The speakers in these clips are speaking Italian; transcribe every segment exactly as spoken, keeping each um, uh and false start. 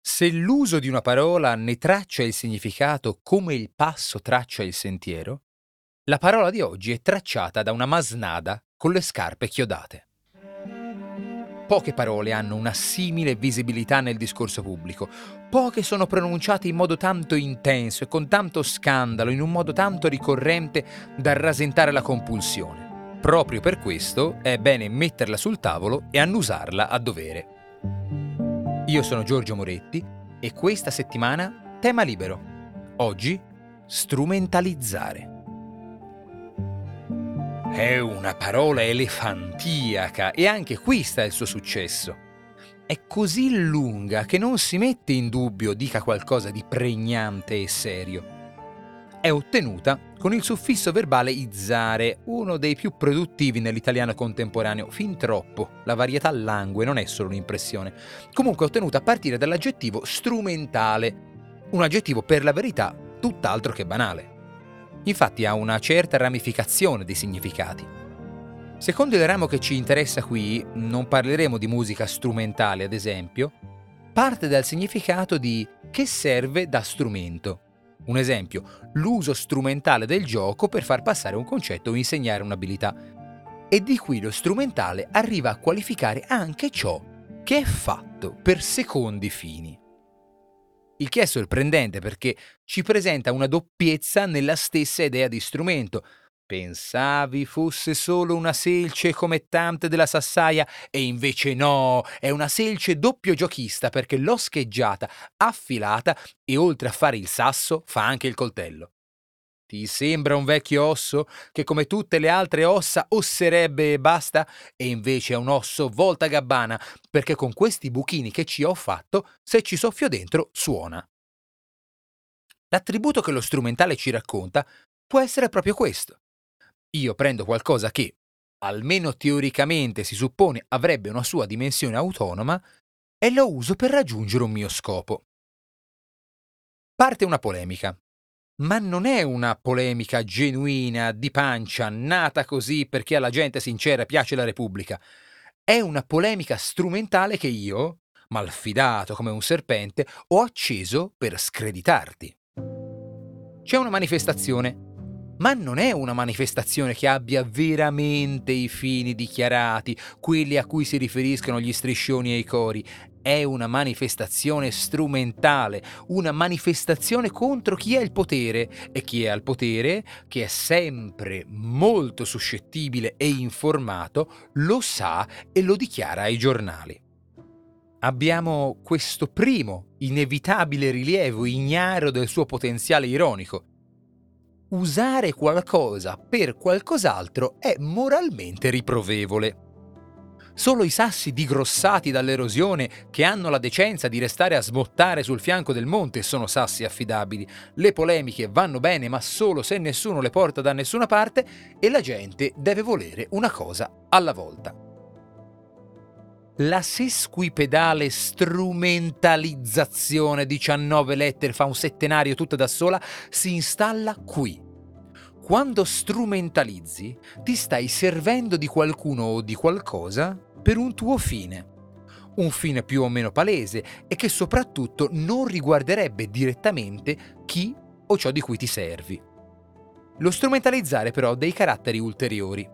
Se l'uso di una parola ne traccia il significato come il passo traccia il sentiero, la parola di oggi è tracciata da una masnada con le scarpe chiodate. Poche parole hanno una simile visibilità nel discorso pubblico, poche sono pronunciate in modo tanto intenso e con tanto scandalo, in un modo tanto ricorrente da rasentare la compulsione. Proprio per questo è bene metterla sul tavolo e annusarla a dovere. Io sono Giorgio Moretti e questa settimana tema libero. Oggi strumentalizzare. È una parola elefantiaca e anche qui sta il suo successo. È così lunga che non si mette in dubbio dica qualcosa di pregnante e serio. È ottenuta con il suffisso verbale izzare, uno dei più produttivi nell'italiano contemporaneo, fin troppo. La varietà langue non è solo un'impressione. Comunque è ottenuta a partire dall'aggettivo strumentale, un aggettivo per la verità tutt'altro che banale. Infatti ha una certa ramificazione di significati. Secondo il ramo che ci interessa qui, non parleremo di musica strumentale ad esempio, parte dal significato di che serve da strumento. Un esempio, l'uso strumentale del gioco per far passare un concetto o insegnare un'abilità. E di qui lo strumentale arriva a qualificare anche ciò che è fatto per secondi fini. Il che è sorprendente perché ci presenta una doppiezza nella stessa idea di strumento. Pensavi fosse solo una selce come tante della Sassaia e invece no, è una selce doppio giochista perché l'ho scheggiata, affilata e oltre a fare il sasso fa anche il coltello. Ti sembra un vecchio osso che come tutte le altre ossa osserebbe e basta? E invece è un osso voltagabbana perché con questi buchini che ci ho fatto, se ci soffio dentro, suona. L'attributo che lo strumentale ci racconta può essere proprio questo. Io prendo qualcosa che, almeno teoricamente si suppone avrebbe una sua dimensione autonoma, e lo uso per raggiungere un mio scopo. Parte una polemica. Ma non è una polemica genuina, di pancia, nata così perché alla gente sincera piace la Repubblica. È una polemica strumentale che io, malfidato come un serpente, ho acceso per screditarti. C'è una manifestazione, ma non è una manifestazione che abbia veramente i fini dichiarati, quelli a cui si riferiscono gli striscioni e i cori. È una manifestazione strumentale, una manifestazione contro chi è il potere e chi è al potere, che è sempre molto suscettibile e informato, lo sa e lo dichiara ai giornali. Abbiamo questo primo, inevitabile rilievo ignaro del suo potenziale ironico. Usare qualcosa per qualcos'altro è moralmente riprovevole. Solo i sassi digrossati dall'erosione che hanno la decenza di restare a smottare sul fianco del monte sono sassi affidabili. Le polemiche vanno bene ma solo se nessuno le porta da nessuna parte e la gente deve volere una cosa alla volta. La sesquipedale strumentalizzazione, diciannove lettere, fa un settenario tutta da sola, si installa qui. Quando strumentalizzi, ti stai servendo di qualcuno o di qualcosa per un tuo fine. Un fine più o meno palese e che soprattutto non riguarderebbe direttamente chi o ciò di cui ti servi. Lo strumentalizzare però ha dei caratteri ulteriori.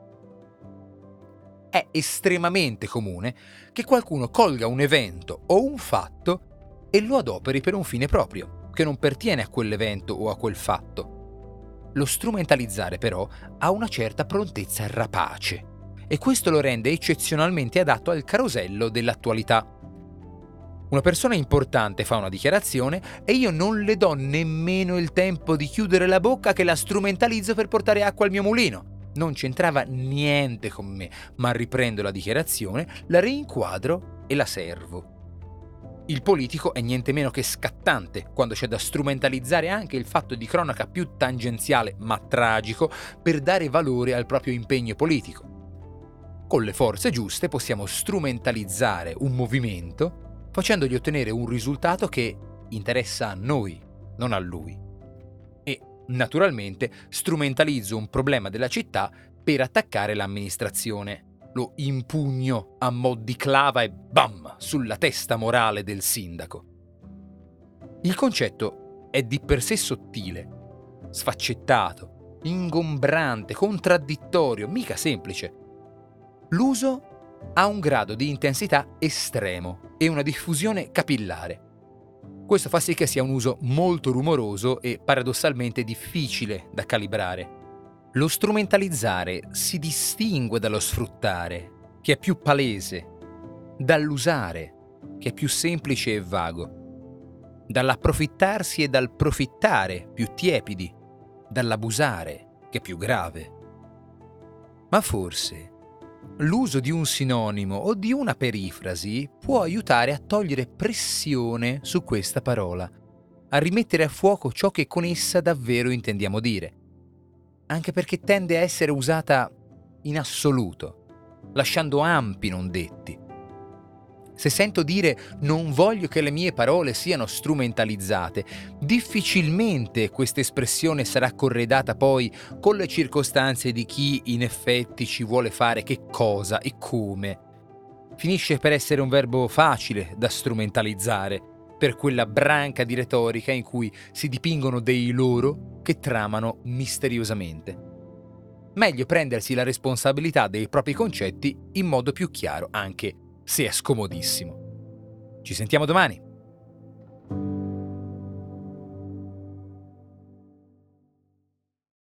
È estremamente comune che qualcuno colga un evento o un fatto e lo adoperi per un fine proprio, che non pertiene a quell'evento o a quel fatto. Lo strumentalizzare però ha una certa prontezza rapace e questo lo rende eccezionalmente adatto al carosello dell'attualità. Una persona importante fa una dichiarazione e io non le do nemmeno il tempo di chiudere la bocca che la strumentalizzo per portare acqua al mio mulino. Non c'entrava niente con me, ma riprendo la dichiarazione, la rinquadro e la servo. Il politico è niente meno che scattante quando c'è da strumentalizzare anche il fatto di cronaca più tangenziale ma tragico per dare valore al proprio impegno politico. Con le forze giuste possiamo strumentalizzare un movimento facendogli ottenere un risultato che interessa a noi, non a lui. E, naturalmente, strumentalizzo un problema della città per attaccare l'amministrazione. Lo impugno a mo' di clava e bam! Sulla testa morale del sindaco. Il concetto è di per sé sottile, sfaccettato, ingombrante, contraddittorio, mica semplice. L'uso ha un grado di intensità estremo e una diffusione capillare. Questo fa sì che sia un uso molto rumoroso e paradossalmente difficile da calibrare. Lo strumentalizzare si distingue dallo sfruttare, che è più palese, dall'usare, che è più semplice e vago, dall'approfittarsi e dal profittare, più tiepidi, dall'abusare, che è più grave. Ma forse l'uso di un sinonimo o di una perifrasi può aiutare a togliere pressione su questa parola, a rimettere a fuoco ciò che con essa davvero intendiamo dire, anche perché tende a essere usata in assoluto, lasciando ampi non detti. Se sento dire "non voglio che le mie parole siano strumentalizzate", difficilmente questa espressione sarà corredata poi con le circostanze di chi in effetti ci vuole fare che cosa e come. Finisce per essere un verbo facile da strumentalizzare per quella branca di retorica in cui si dipingono dei loro che tramano misteriosamente. Meglio prendersi la responsabilità dei propri concetti in modo più chiaro, anche se è scomodissimo. Ci sentiamo domani.